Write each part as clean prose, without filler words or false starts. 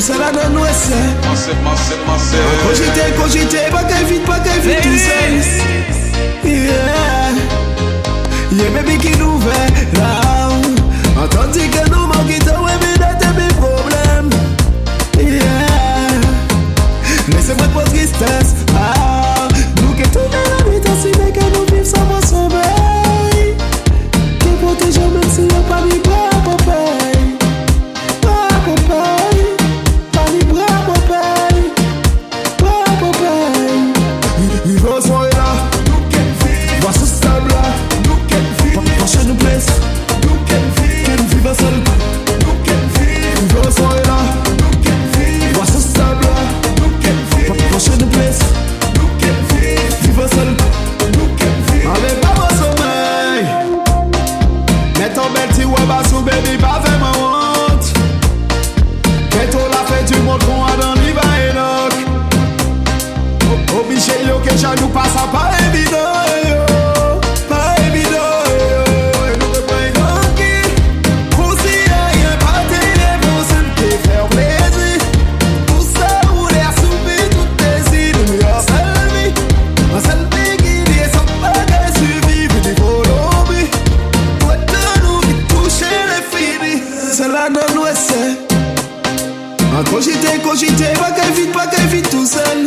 ça là dans nous c'est. Cogiter, pas qu'un vite tout seul. Yeah, baby qui nous fait là. Entendu que nous manquons, ouais, mais d'être mes problèmes. Yeah, laissez-moi pas de tristesse. Nous qui tournons la nuit, t'as su que nous vivons sans mon sommeil. Qui protège même si y'a pas mis bras. Nous passons pas évident, pas évident. Nous reprenons tranquille. Pour si rien pas télé, pour se me faire plaisir. Pour ça, où l'air soumis, tout désir. Nous y a selvi. Un seul qui est sans bagage suivi. Puis des volobis. Pour être nous qui touchent les finis. C'est là dans nous, c'est. Cogiter, pas qu'un vite tout seul.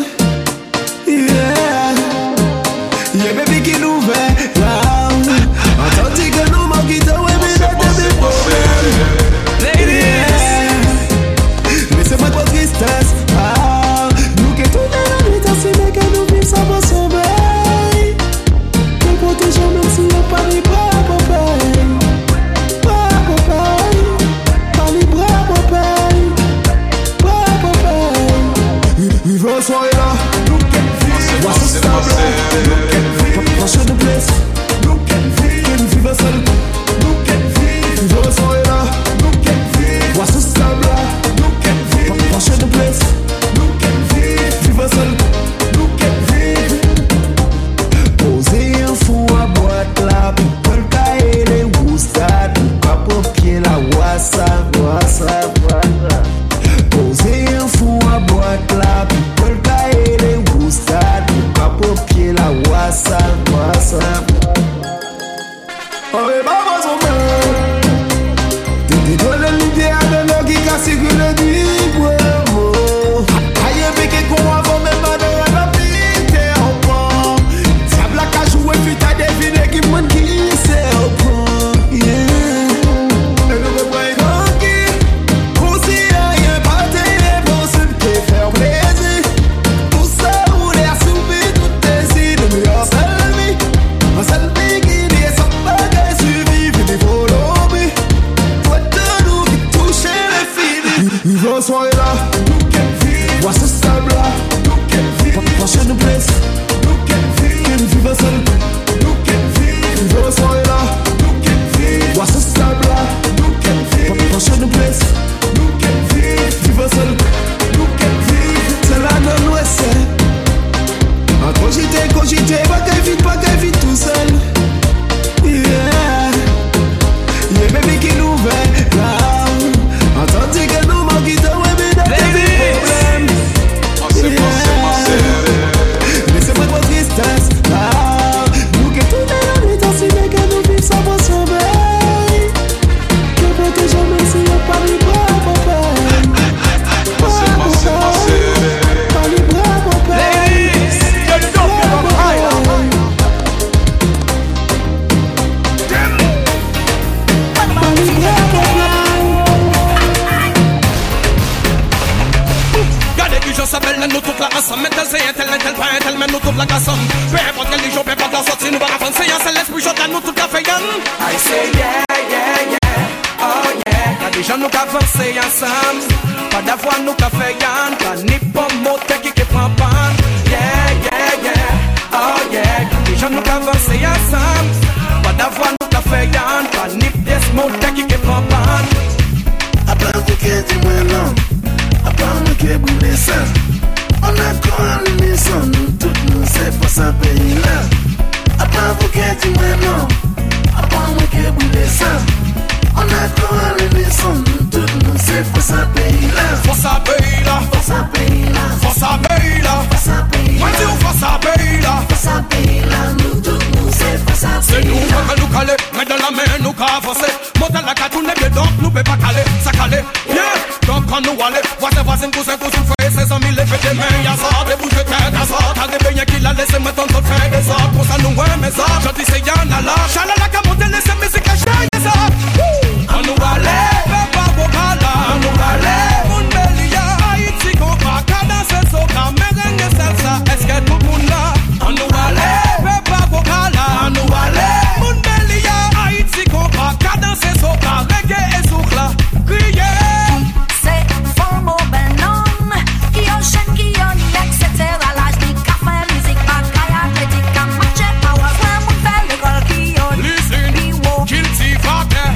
Yeah, baby qui nous fait là. Entendu que nous manquons, ouais, mais d'être des problèmes. Yeah, laissez-moi pas de tristesse. Nous qui tournons la nuit, t'as su que nous vivons sans mon sommeil. Nous protégeons même si y'a pas les bras, pas les bras, il veut soirée là. What's the stop? Prochain de place. Can vivre seul. Vivre le soir est là. What's the stop là? Prochain de place. Vivre seul. Poser un fou à boîte là. Pour le cahier les woustades. Pas pour pied la wassa. Poser un fou à boîte là. Pour le cahier les woustades. Pas pour pied la wassa. Oh, mais maman, son père. T'es donné l'idée à de l'eau qui casse le libre. Aïe, mais qu'est-ce qu'on va faire même à de la pite au point. Diable la cage jouer, puis t'as deviné qui m'en qui c'est au point. Yeah. Et nous reprenons tranquille. Pour si rien pas télé, pour se me faire plaisir. Pour ça, où l'air soumis, tout désir. Nous y a selvi. Un seul qui dit sans bagage suivi. Puis des volobis. Faut être nous qui touchent les filles. Il veut soirée là. What's the stop là? Prochain de place. Can vivre seul. Il veut soirée là. What's the stop là? Prochain de place. Vivre seul. C'est là dans l'ouest. Cogiter, pas qu'un vite tout seul. Yeah, baby qui nous fait là. Entendu que nous manquons, ouais, mais d'être des problèmes. Laissez-moi pas de tristesse. Nous qui tournons la nuit, t'as su que nous vivons sans mon sommeil. Que protégeons même si y'a pas les bras, nous toute la race, mais tel c'est tel, pas même nous toute la casse. Peu importe quel jour, peu importe la sortie, nous allons avancer, c'est l'esprit chaud nous toute la fayenne. I say yeah, oh yeah. Y'a des gens nous qu'avancer ensemble, pas d'avoir nous qu'à fayenne, pas ni pour monter qui prend pas. Yeah, oh yeah. Y'a des gens nous qu'avancer ensemble, pas d'avoir nous qu'à fayenne, pas ni pour monter qui prend pas. Après vous qui dis-moi non, après nous qui boulez ça. On a quoi l'émission, nous toutes nous c'est pour ça pays là. Après vous qui dis-moi non, après nous qui boulez ça. On a quoi l'émission, nous toutes nous c'est pour ça pays là. Pour ça pays les bouches de tête à sort. Arrivé y'a qui l'a laissé maintenant de faire des ordres. Pour ça nous ouais mes ordres. Je dis c'est y'en a là. Chalala qu'à monter laisser mes c'est caché les ordres. On nous va aller, papa bocala. On nous va aller, mon belia. Haïti compa, cadence soca, merengue salsa. Est-ce que tout le monde là? On nous va aller, papa bocala. On nous va aller, mon belia. Haïti compa, cadence soca, reggae et soukla. Crier. C'est femme au bel nom. Qui au chèque, qui au nec, etc. L'âge du café, musique, bagaille, athlétique, à marcher, power. Plein monde fait l'école qui au listen, guilty fucker.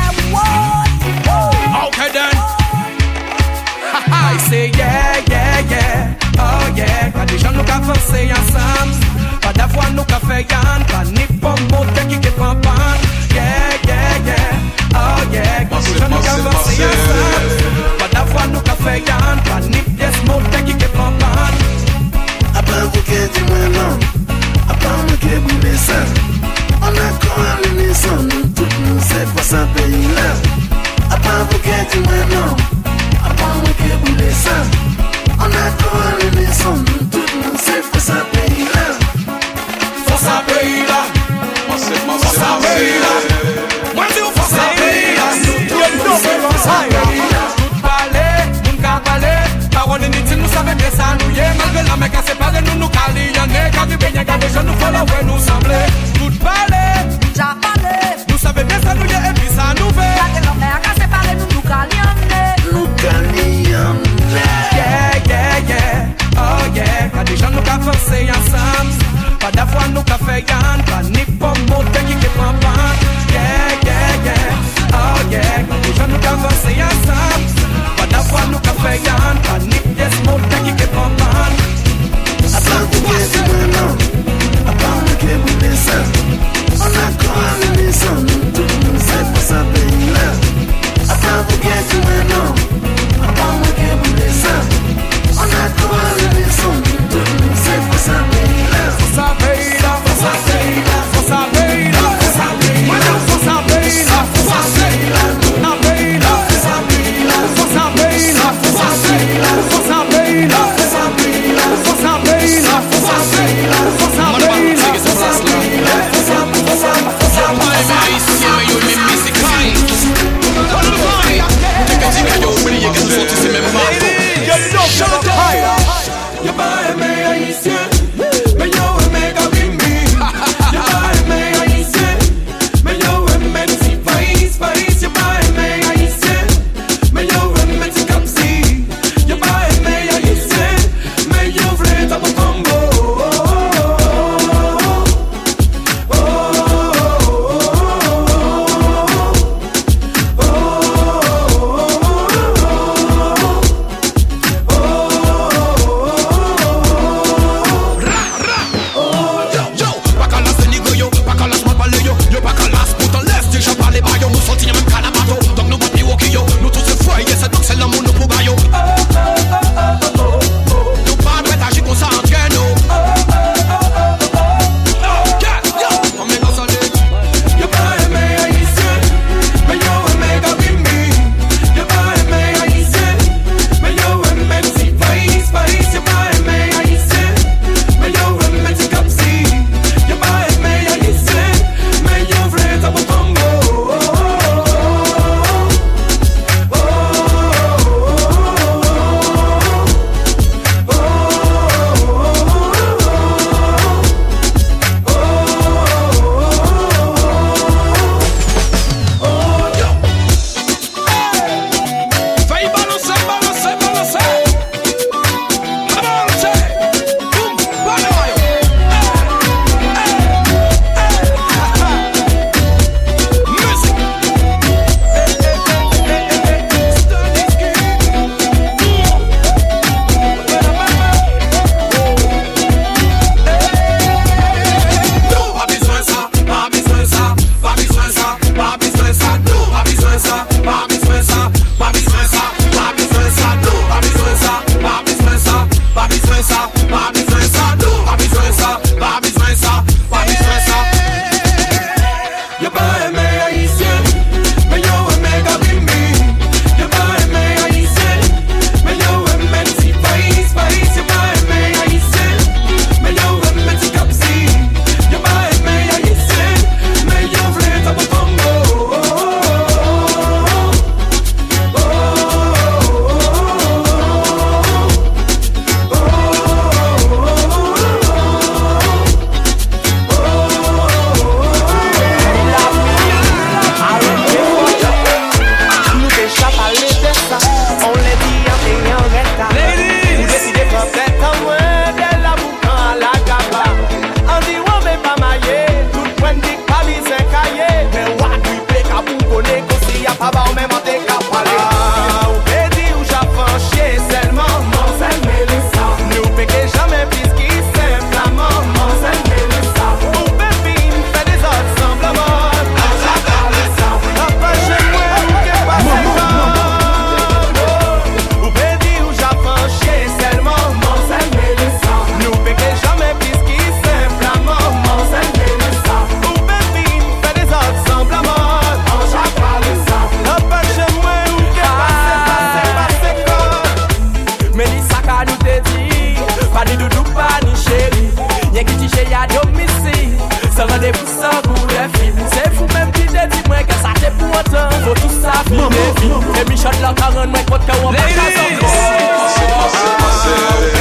Okay then. I say yeah, yeah, yeah. Oh yeah. Quand les gens nous qu'a forcé ensemble. Pas d'avoir nous qu'a fait yann. Pas ni pour monter qui prend pan. Yeah, yeah, yeah. Oh yeah. Quand les gens nous qu'a forcé ensemble. Pas d'avoir nous qu'a fait yann. Pas ni pièce monter qui prend pan. Après vous qui dis-moi non. Après moi qui brûle ça. On a quoi l'unisson. Nous tous nous c'est pas ça pays là. Après vous qui dis-moi non. Après moi qui brûle ça. On a quoi l'unisson. Nous tous nous c'est pas ça pays là. Force à pays là. Force à pays là. Moi dis force à pays là. Force à pays là. Tout parler, moun ka parler. Parole inutile nous savons bien ça nous y est. Malgré la mec à séparer nous nous cali. Y'en est quand du bien quand des gens nous follow ouais nous sembler. Tout parler, Déjà parlé. nous savons bien ça nous y est et puis ça nous fait. Regardez l'homme à séparer nous, nous calionnés. Nous gagnons. Yeah, yeah, yeah. Oh yeah. Quand des gens nous qu'a forcé ensemble. Pas d'avoir nous qu'a fait yann. Pas ni pour monter qui prend pan. Yeah, yeah, yeah. Oh yeah. Quand des gens nous qu'a forcé ensemble. Pas d'avoir nous qu'a fait yann. Pas ni pièce monter qui prend pan. Après vous qui dis-moi non. Après moi qui brûle ça. On a quoi l'unisson. Nous tous nous c'est pas ça pays là. Après vous qui dis-moi non. Après moi qui brûle ça. On a quoi l'unisson. Nous tous nous c'est pas ça pays là. Force à pays là, force à pays Ça rendez-vous sans goût les films. C'est fou même qui te dit moi que ça t'est pour autant. Faut tout ça finir. Et Michel la 40 moi côté où on va casser.